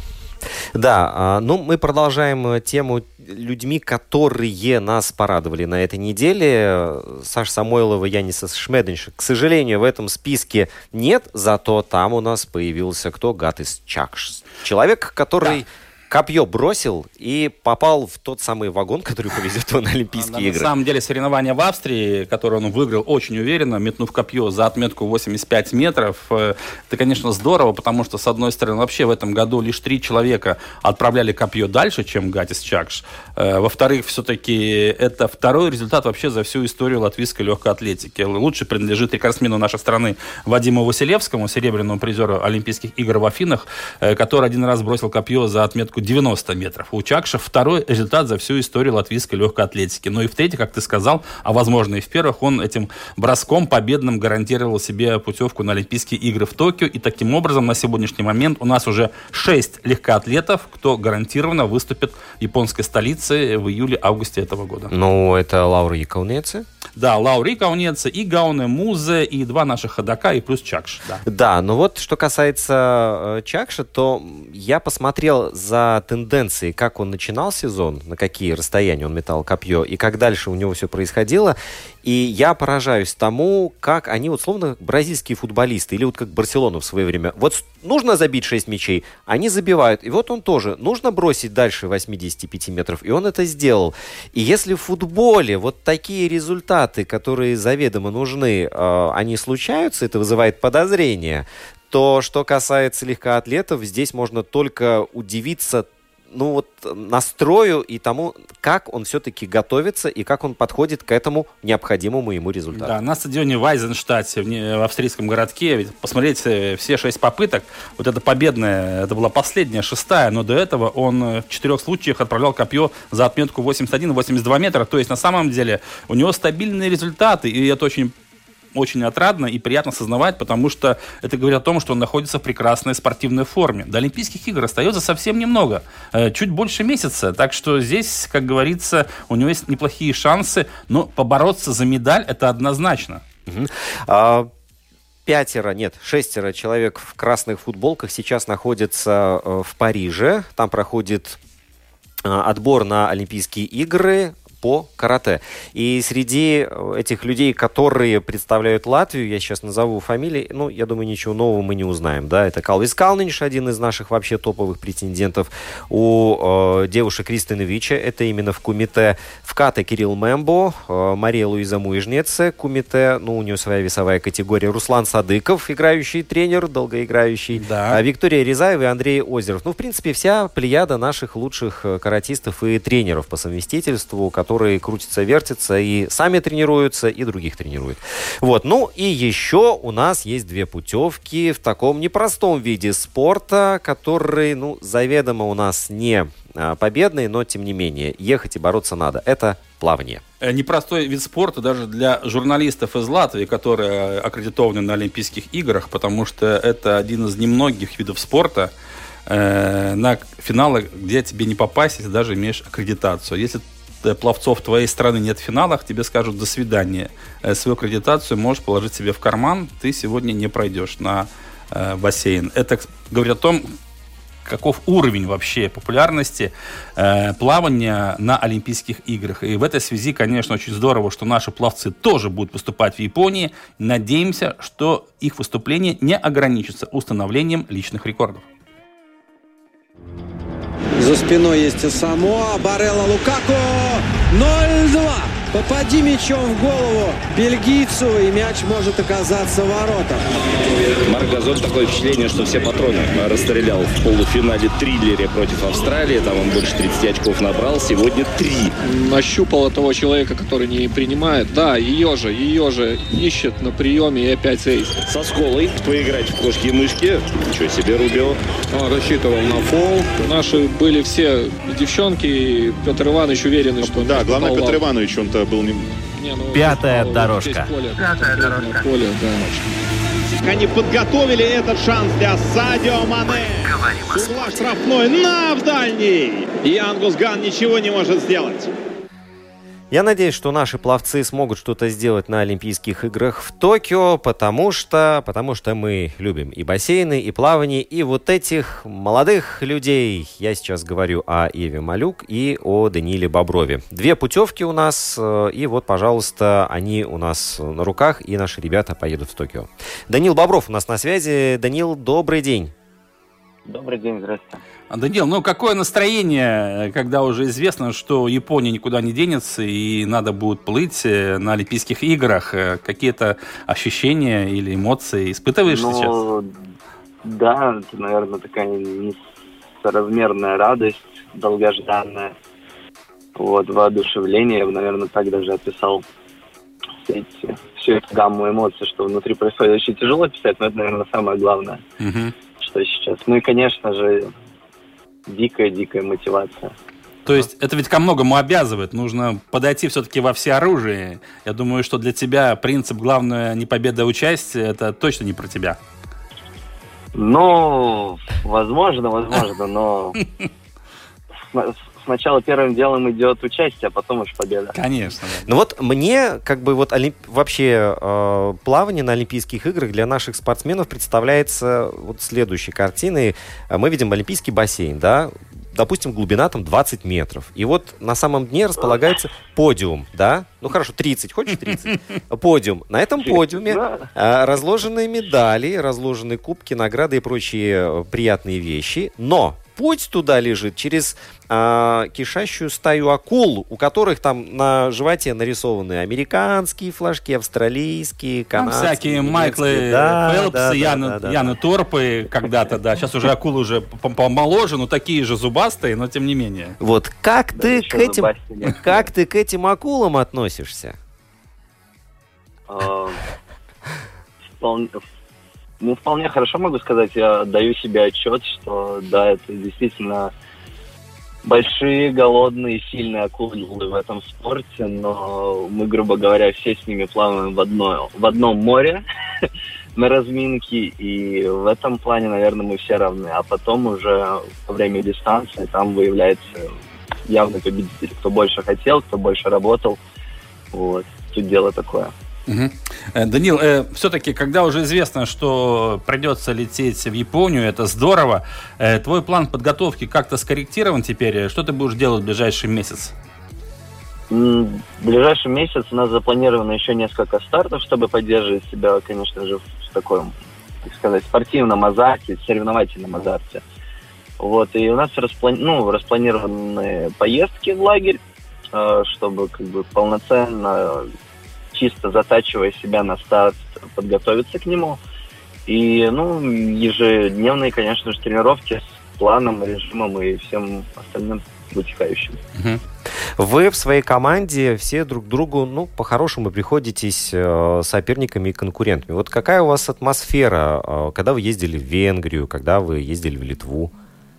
Да, ну мы продолжаем тему людьми, которые нас порадовали на этой неделе. Саша Самойлова, Янис Шмеденш, к сожалению, в этом списке нет, зато там у нас появился кто? Гатис Чакш. Человек, который... Да. Копье бросил и попал в тот самый вагон, который повезет его на Олимпийские на, игры. На самом деле соревнования в Австрии, которые он выиграл очень уверенно, метнув копье за отметку восемьдесят пять метров, это, конечно, здорово, потому что, с одной стороны, вообще в этом году лишь три человека отправляли копье дальше, чем Гатис Чакш. Во-вторых, все-таки это второй результат вообще за всю историю латвийской легкой атлетики. Лучше принадлежит рекордсмену нашей страны Вадиму Василевскому, серебряному призеру Олимпийских игр в Афинах, который один раз бросил копье за отметку девяносто метров. У Чакша второй результат за всю историю латвийской легкой атлетики. Ну и в-третьих, как ты сказал, а возможно и в-первых, он этим броском победным гарантировал себе путевку на Олимпийские игры в Токио. И таким образом на сегодняшний момент у нас уже шесть легкоатлетов, кто гарантированно выступит в японской столице в июле-августе этого года. Ну, это Лаура Якаунеце. Да, Лаура Якаунеце, и Гауне Музе, и два наших ходока, и плюс Чакш. Да, да, ну вот что касается э, Чакша, то я посмотрел за тенденции, как он начинал сезон, на какие расстояния он метал копье, и как дальше у него все происходило. И я поражаюсь тому, как они, вот словно бразильские футболисты, или вот как Барселона в свое время. Вот нужно забить шесть мячей, они забивают. И вот он тоже. Нужно бросить дальше восемьдесят пять метров, и он это сделал. И если в футболе вот такие результаты, которые заведомо нужны, э, они случаются, это вызывает подозрения, то, что касается легкоатлетов, здесь можно только удивиться, ну вот, настрою и тому, как он все-таки готовится и как он подходит к этому необходимому ему результату. Да, на стадионе в Айзенштадте, в, в австрийском городке, ведь посмотрите, все шесть попыток, вот эта победная, это была последняя, шестая, но до этого он в четырех случаях отправлял копье за отметку восемьдесят один - восемьдесят два метра, то есть на самом деле у него стабильные результаты, и это очень очень отрадно и приятно осознавать, потому что это говорит о том, что он находится в прекрасной спортивной форме. До Олимпийских игр остается совсем немного, чуть больше месяца, так что здесь, как говорится, у него есть неплохие шансы, но побороться за медаль это однозначно. Угу. А... Пятеро, нет, шестеро человек в красных футболках сейчас находятся в Париже. Там проходит отбор на Олимпийские игры по карате. И среди этих людей, которые представляют Латвию, я сейчас назову фамилии, ну, я думаю, ничего нового мы не узнаем, да, это Калвис Калнинш, один из наших вообще топовых претендентов, у э, девушек Кристины Вича, это именно в кумите, в кате Кирилл Мембо, э, Мария Луиза Муижнеце, кумите, ну, у нее своя весовая категория, Руслан Садыков, играющий тренер, долгоиграющий, да. а Виктория Рязаева и Андрей Озеров. Ну, в принципе, вся плеяда наших лучших каратистов и тренеров по совместительству, которые которые крутятся, вертятся и сами тренируются, и других тренируют. Вот. Ну и еще у нас есть две путевки в таком непростом виде спорта, который, ну, заведомо у нас не а, победный, но тем не менее ехать и бороться надо. Это плавание. Непростой вид спорта даже для журналистов из Латвии, которые аккредитованы на Олимпийских играх, потому что это один из немногих видов спорта, э, на финалы, где тебе не попасть, если даже имеешь аккредитацию. Если пловцов твоей страны нет в финалах, тебе скажут «до свидания». Свою аккредитацию можешь положить себе в карман, ты сегодня не пройдешь на э, бассейн. Это говорит о том, каков уровень вообще популярности э, плавания на Олимпийских играх. И в этой связи, конечно, очень здорово, что наши пловцы тоже будут выступать в Японии. Надеемся, что их выступление не ограничится установлением личных рекордов. За спиной есть и Самоа. Барелла, Лукаку. ноль-два. Попади мячом в голову бельгийцу, и мяч может оказаться в воротах. Марк Газон, такое впечатление, что все патроны расстрелял в полуфинале триллере против Австралии. Там он больше тридцати очков набрал. Сегодня три. Нащупал того человека, который не принимает. Да, ее же, ее же ищет на приеме и опять эйс. Со Сколой поиграть в кошки и мышки. Ничего себе, Рубио. Он рассчитывал на фол. Наши были все девчонки, и Петр Иванович уверенный, что... Да, главное, Петр Иванович, он-то был... Не... Не, ну, Пятая дорожка. Поле, Пятая дорожка. Поле, да. Они подготовили этот шанс для Садио Мане. Угла штрафной на в дальний. И Ангус Ган ничего не может сделать. Я надеюсь, что наши пловцы смогут что-то сделать на Олимпийских играх в Токио, потому что, потому что мы любим и бассейны, и плавание, и вот этих молодых людей. Я сейчас говорю о Еве Малюк и о Данииле Боброве. Две путевки у нас, и вот, пожалуйста, они у нас на руках, и наши ребята поедут в Токио. Даниил Бобров у нас на связи. Даниил, добрый день. Добрый день, здравствуйте. Даниил, ну какое настроение, когда уже известно, что Япония никуда не денется и надо будет плыть на Олимпийских играх? Какие-то ощущения или эмоции испытываешь ну, сейчас? Да, это, наверное, такая несоразмерная радость, долгожданная. Вот, воодушевление, я бы, наверное, так даже описал все эти, всю эту гамму эмоций, что внутри происходит. Очень тяжело писать, но это, наверное, самое главное, угу. что сейчас. Ну и, конечно же, дикая-дикая мотивация. То есть это ведь ко многому обязывает. Нужно подойти все-таки во всеоружие. Я думаю, что для тебя принцип «главное не победа, а участие» — это точно не про тебя. Ну, возможно, возможно, но сначала первым делом идет участие, а потом уж победа. Конечно. Да. Ну вот мне, как бы, вот олимп... вообще э, плавание на Олимпийских играх для наших спортсменов представляется вот следующей картиной. Мы видим олимпийский бассейн, да, допустим, глубина там двадцать метров. И вот на самом дне располагается подиум, да? Ну хорошо, тридцать, хочешь тридцать? Подиум. На этом подиуме э, разложены медали, разложены кубки, награды и прочие приятные вещи. Но путь туда лежит через э, кишащую стаю акул, у которых там на животе нарисованы американские флажки, австралийские, канадские. Там всякие Майклы да, Фелпсы, да, Яны, да, да, Яны да. Торпы когда-то, да. Сейчас уже акулы уже помоложе, но такие же зубастые, но тем не менее. Вот как ты к этим, как ты к этим акулам относишься? Вполне. Ну, вполне хорошо могу сказать. Я даю себе отчет, что да, это действительно большие, голодные, сильные акулы в этом спорте, но мы, грубо говоря, все с ними плаваем в, одно, в одном море на разминке, и в этом плане, наверное, мы все равны. А потом уже во время дистанции там выявляется явный победитель, кто больше хотел, кто больше работал. Вот, тут дело такое. Угу. Даниил, э, все-таки, когда уже известно, что придется лететь в Японию, это здорово. Э, твой план подготовки как-то скорректирован теперь? Что ты будешь делать в ближайший месяц? В ближайший месяц у нас запланировано еще несколько стартов, чтобы поддерживать себя, конечно же, в таком, так сказать, спортивном азарте, соревновательном азарте. Вот, и у нас расплани... ну, распланированы поездки в лагерь, э, чтобы как бы полноценно, чисто затачивая себя на старт, подготовиться к нему. И, ну, ежедневные, конечно же, тренировки с планом, режимом и всем остальным вытекающим. Вы в своей команде все друг другу, ну, по-хорошему приходитесь э, соперниками и конкурентами. Вот какая у вас атмосфера, э, когда вы ездили в Венгрию, когда вы ездили в Литву?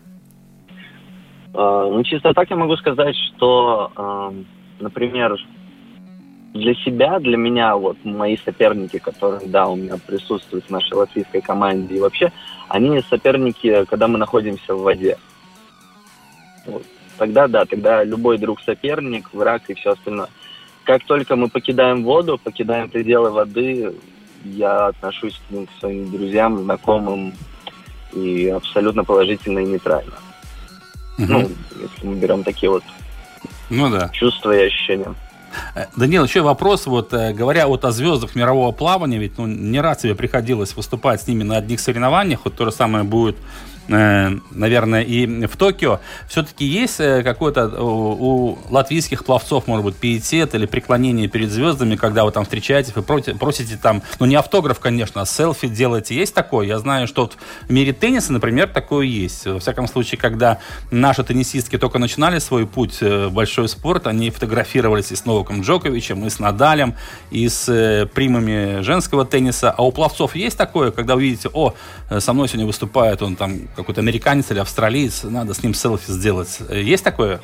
Э, ну, чисто так я могу сказать, что, э, например, для себя, для меня, вот, мои соперники, которые, да, у меня присутствуют в нашей латвийской команде, и вообще, они соперники, когда мы находимся в воде. Вот. Тогда, да, тогда любой друг соперник, враг и все остальное. Как только мы покидаем воду, покидаем пределы воды, я отношусь к ним, к своим друзьям, знакомым и абсолютно положительно и нейтрально. Угу. Ну, если мы берем такие вот ну, да. чувства и ощущения. Даниил, еще вопрос, вот говоря вот о звездах мирового плавания, ведь ну, не раз тебе приходилось выступать с ними на одних соревнованиях, вот то же самое будет, э, наверное, и в Токио. Все-таки есть какой-то у, у латвийских пловцов, может быть, пиетет или преклонение перед звездами, когда вы там встречаетесь, вы просите, просите там, ну не автограф, конечно, а селфи делаете, есть такое? Я знаю, что вот в мире тенниса, например, такое есть. Во всяком случае, когда наши теннисистки только начинали свой путь в большой спорт, они фотографировались и с Новаком Джоковичем, и с Надалем, и с э, примами женского тенниса. А у пловцов есть такое, когда вы видите, о, со мной сегодня выступает он там какой-то американец или австралиец, надо с ним селфи сделать. Есть такое?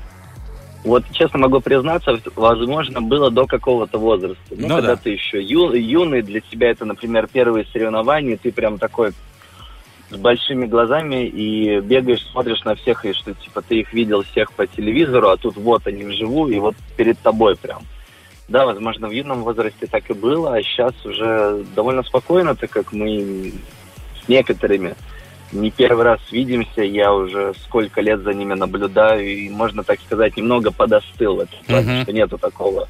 Вот, честно могу признаться, возможно, было до какого-то возраста. Ну, ну когда да. ты еще ю, юный, для тебя это, например, первые соревнования, ты прям такой с большими глазами и бегаешь, смотришь на всех, и что, типа, ты их видел всех по телевизору, а тут вот они вживую, и вот перед тобой прям. Да, возможно, в юном возрасте так и было, а сейчас уже довольно спокойно, так как мы с некоторыми не первый раз видимся, я уже сколько лет за ними наблюдаю, и, можно так сказать, немного подостыл в этом плане, mm-hmm. что нету такого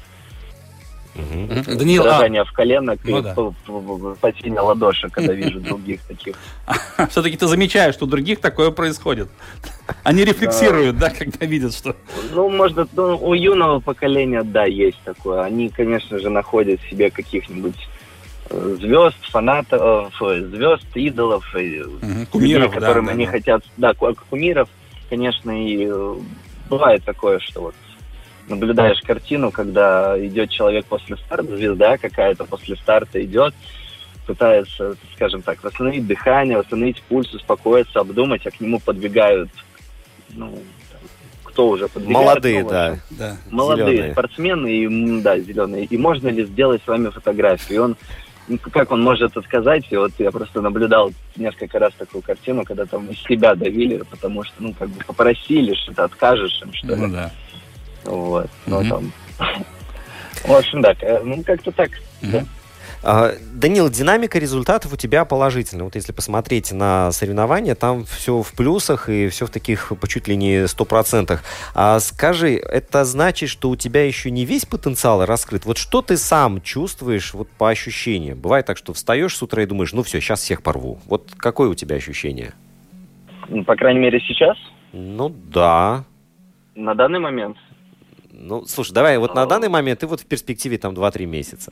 mm-hmm. Даниил, дрожания а... в коленок ну, и да. потения ладоши, когда вижу других таких. Все-таки ты замечаешь, что у других такое происходит. Они рефлексируют, да, когда видят, что... Ну, может, ну, у юного поколения, да, есть такое. Они, конечно же, находят в себе каких-нибудь звезд, фанатов, звезд, идолов, угу. кумиров, людей, которым да, они да, хотят, да, кумиров, конечно, и бывает такое, что вот наблюдаешь картину, когда идет человек после старта, звезда какая-то после старта идет, пытается, скажем так, восстановить дыхание, восстановить пульс, успокоиться, обдумать, а к нему подбегают, ну, кто уже подбегает? Молодые, ну, да. да. Молодые зеленые. Спортсмены, и, да, зеленые. И можно ли сделать с вами фотографию? И он, как он может отказать? И вот я просто наблюдал несколько раз такую картину, когда там из себя давили, потому что, ну, как бы попросили, что ты откажешь им, что ли. Ну, да. Вот. Ну, mm-hmm. там... В общем, да, ну, как-то так, mm-hmm. да. Данил, динамика результатов у тебя положительная. Вот если посмотреть на соревнования, там все в плюсах и все в таких по чуть ли не сто процентов. А скажи, это значит, что у тебя еще не весь потенциал раскрыт? Вот что ты сам чувствуешь вот по ощущениям? Бывает так, что встаешь с утра и думаешь, ну все, сейчас всех порву. Вот какое у тебя ощущение? По крайней мере, сейчас? Ну да. На данный момент? Ну, слушай, давай вот на данный момент и вот в перспективе там два-три месяца.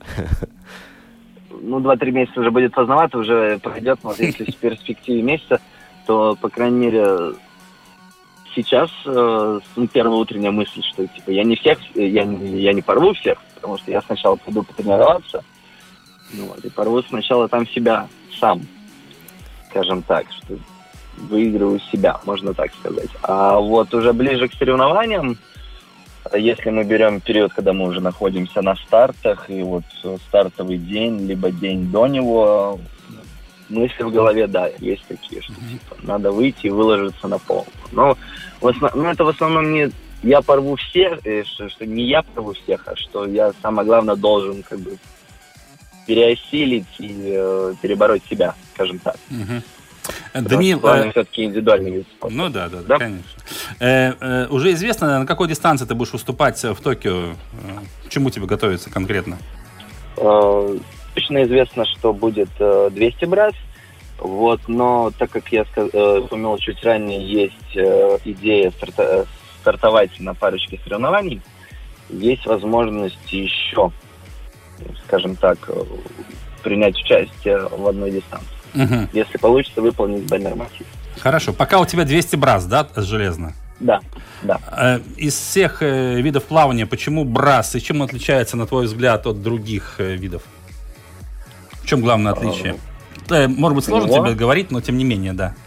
Ну, два-три месяца уже будет поздновато, уже пройдет, но если в перспективе месяца, то, по крайней мере, сейчас э, первая утренняя мысль, что, типа, я не всех, я, я не порву всех, потому что я сначала пойду потренироваться, ну, вот, и порву сначала там себя сам, скажем так, что выигрываю себя, можно так сказать. А вот уже ближе к соревнованиям, если мы берем период, когда мы уже находимся на стартах, и вот стартовый день, либо день до него, мысли в голове, да, есть такие, что типа, надо выйти и выложиться на полную. Но в основ... ну, это в основном не я порву всех, что, что не я порву всех, а что я, самое главное, должен как бы переосилить и э, перебороть себя, скажем так. Угу. Даниил, э, все-таки индивидуальный вид спорта. Ну да, да, да, конечно. Э, э, уже известно, на какой дистанции ты будешь выступать в Токио? К чему тебе готовиться конкретно? Э, точно известно, что будет э, двести брас. Вот, но так как я э, упомянул чуть ранее, есть э, идея старта- стартовать на парочке соревнований. Есть возможность еще, скажем так, принять участие в одной дистанции. Угу. Если получится выполнить б-норматив. Хорошо. Пока у тебя двести брас, да, железно? Да, да. Из всех видов плавания, почему брас? И чем он отличается, на твой взгляд, от других видов? В чем главное отличие? А, Может быть, сложно его? тебе говорить, но тем не менее, да.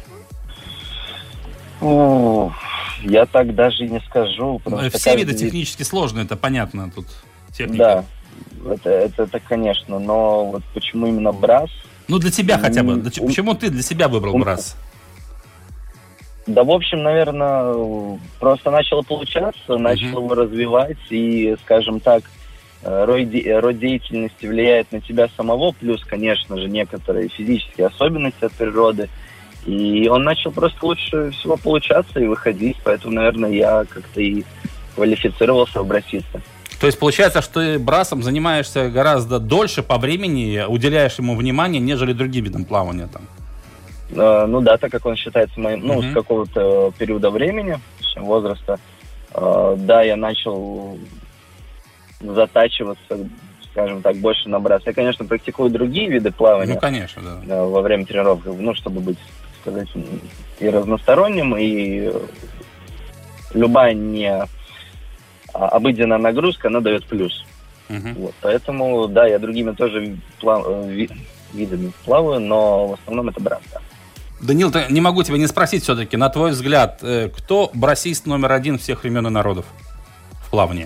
О, я так даже не скажу. Все виды вид... технически сложные, это понятно. Тут техника. Да, это, это, это конечно. Но вот почему именно брас? Ну, для тебя хотя бы. Для, почему ты для себя выбрал брас? Да, в общем, наверное, просто начало получаться, начал uh-huh. его развивать, и, скажем так, род, де- род деятельности влияет на тебя самого, плюс, конечно же, некоторые физические особенности от природы, И он начал просто лучше всего получаться и выходить, поэтому, наверное, я как-то и квалифицировался в брассисты. То есть получается, что ты брасом занимаешься гораздо дольше по времени, уделяешь ему внимание, нежели другим видам плавания там? Uh, ну да, так как он считается моим, ну, uh-huh. с какого-то периода времени, возраста, uh, да, я начал затачиваться, скажем так, больше на брас. Я, конечно, практикую другие виды плавания. Ну, конечно, да. Uh, во время тренировок, ну, чтобы быть, сказать, и разносторонним, и любая не обыденная нагрузка, она дает плюс. Uh-huh. Вот, поэтому, да, я другими тоже плав... ви... видами плаваю, но в основном это брас, да. Данил, не могу тебя не спросить все-таки, на твой взгляд, кто брассист номер один всех времен и народов в плавании?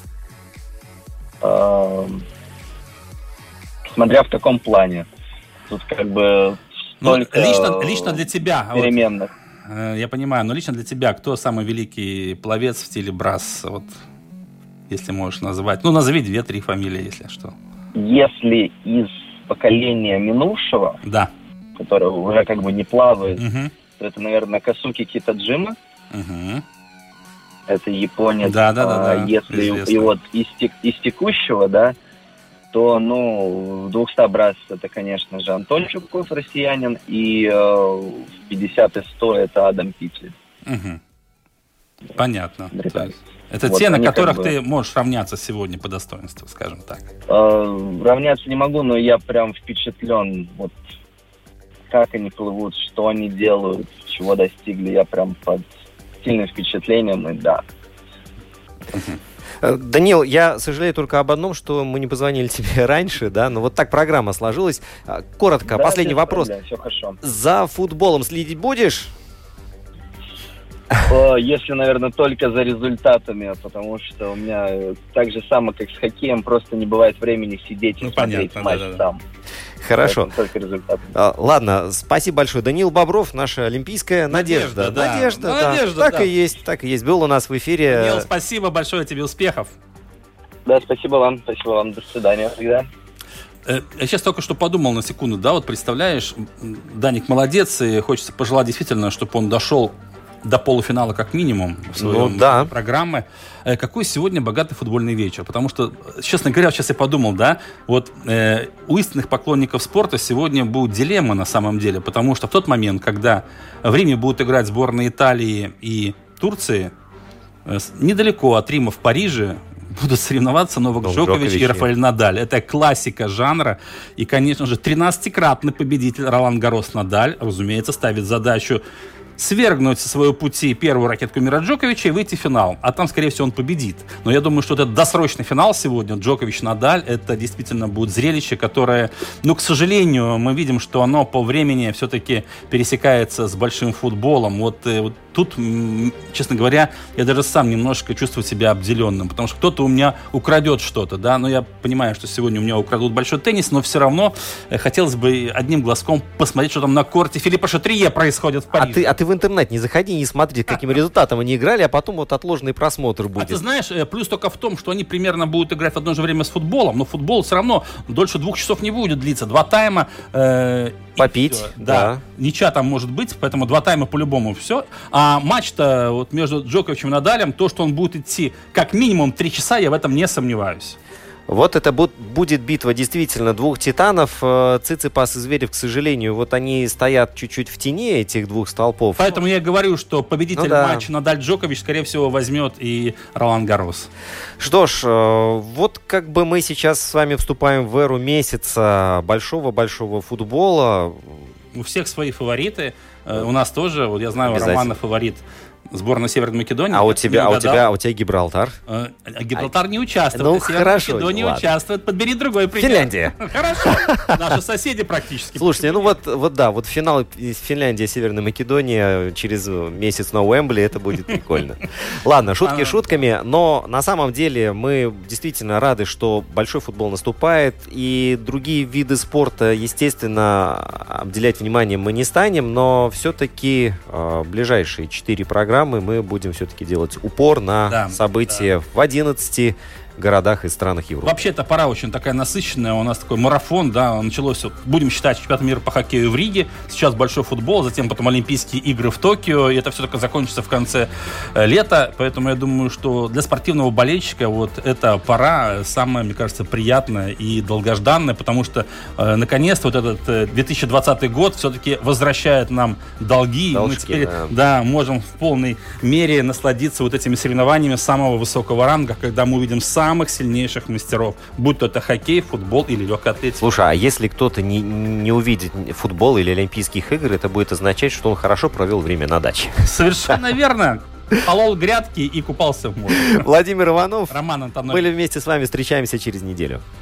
Смотря в каком плане. Тут как бы столько ну, лично, лично для тебя, переменных. Вот, я понимаю, но лично для тебя кто самый великий пловец в стиле брасс? Вот, если можешь назвать. Ну, назови две-три фамилии, если что. Если из поколения минувшего, да, который уже как бы не плавает, угу. то это, наверное, Касуки Китаджима. Угу. Это японец. Да, да, да, а, да, если известно. И вот из, тек, из текущего, да, то, ну, в двухстах брас это, конечно же, Антон Чубков, россиянин, и э, в пятьдесят и сто это Адам Питли. Угу. Понятно. То есть это вот те, на которых как бы... ты можешь равняться сегодня по достоинству, скажем так. Э, равняться не могу, но я прям впечатлен, вот, как они плывут, что они делают, чего достигли. Я прям под сильным впечатлением, и да. Данил, я сожалею только об одном, что мы не позвонили тебе раньше, да, но вот так программа сложилась. Коротко, да, последний вопрос. Да, все хорошо. За футболом следить будешь? Если, наверное, только за результатами, потому что у меня так же самое, как с хоккеем, просто не бывает времени сидеть и ну, смотреть понятно, матч да, да, там. Хорошо. Только результаты. А, ладно, спасибо большое. Данил Бобров, наша олимпийская надежда. Надежда, да. Надежда, ну, да. надежда, так да. и есть, так и есть. Был у нас в эфире. Данил, спасибо большое тебе, успехов. Да, спасибо вам, спасибо вам, до свидания всегда. Я сейчас только что подумал на секунду, да, вот представляешь, Даник молодец, и хочется пожелать действительно, чтобы он дошел до полуфинала как минимум в своем ну, да. программе. Какой сегодня богатый футбольный вечер. Потому что, честно говоря, сейчас я подумал, да, вот э, у истинных поклонников спорта сегодня будет дилемма на самом деле. Потому что в тот момент, когда в Риме будут играть сборные Италии и Турции, э, недалеко от Рима в Париже будут соревноваться Новак Джокович, Джокович и Рафаэль Надаль. Это классика жанра. И, конечно же, тринадцатикратный победитель Ролан Гаррос Надаль, разумеется, ставит задачу свергнуть со своего пути первую ракетку мира Джоковича и выйти в финал. А там, скорее всего, он победит. Но я думаю, что этот досрочный финал сегодня, Джокович-Надаль, это действительно будет зрелище, которое, ну, к сожалению, мы видим, что оно по времени все-таки пересекается с большим футболом. Вот, вот тут, честно говоря, я даже сам немножко чувствую себя обделенным, потому что кто-то у меня украдет что-то, да, но я понимаю, что сегодня у меня украдут большой теннис, но все равно хотелось бы одним глазком посмотреть, что там на корте Филиппа Шатрие происходит в Париже. А ты, а ты в интернет не заходи, не смотри, каким результатом они играли, а потом вот отложенный просмотр будет. А ты знаешь, плюс только в том, что они примерно будут играть в одно же время с футболом, но футбол все равно дольше двух часов не будет длиться. Два тайма. Э, Попить, и, да. да. Ничья там может быть, поэтому два тайма по-любому все. А матч-то вот между Джоковичем и Надалем, то, что он будет идти как минимум три часа, я в этом не сомневаюсь. Вот это будет битва действительно двух титанов. Циципас и Зверев, к сожалению, вот они стоят чуть-чуть в тени этих двух столпов. Поэтому я говорю, что победитель ну, да. матча Надаль-Джокович, скорее всего, возьмет и Ролан Гаррос. Что ж, вот как бы мы сейчас с вами вступаем в эру месяца большого-большого футбола. У всех свои фавориты. У нас тоже, вот я знаю, Романа фаворит сборная Северной Македонии. А у тебя, а у тебя, у тебя Гибралтар? А, Гибралтар не участвует. Ну, Северная хорошо, Македония ладно. участвует. Подбери другой пример. Финляндия. Хорошо. Наши соседи практически. Слушайте, ну вот, вот да, вот финал Финляндия, Северная Македония через месяц на Уэмбли, это будет прикольно. Ладно, шутки шутками, но на самом деле мы действительно рады, что большой футбол наступает, и другие виды спорта, естественно, обделять вниманием мы не станем, но все-таки э, ближайшие четыре программы мы будем все-таки делать упор на да, события да. в одиннадцати городах и странах Европы. Вообще-то пора очень такая насыщенная. У нас такой марафон, да, началось, будем считать, чемпионат мира по хоккею в Риге, сейчас большой футбол, затем потом Олимпийские игры в Токио, и это все только закончится в конце э, лета, поэтому я думаю, что для спортивного болельщика вот эта пора самая, мне кажется, приятная и долгожданная, потому что э, наконец-то вот этот э, две тысячи двадцатый год все-таки возвращает нам долги. Должки, мы теперь да. Да, можем в полной мере насладиться вот этими соревнованиями самого высокого ранга, когда мы увидим самых сильнейших мастеров, будь то это хоккей, футбол или легкая атлетика. Слушай, а если кто-то не, не увидит футбол или Олимпийских игр, это будет означать, что он хорошо провел время на даче. Совершенно верно. Полол грядки и купался в море. Владимир Иванов. Роман Антонович. Были вместе с вами, встречаемся через неделю.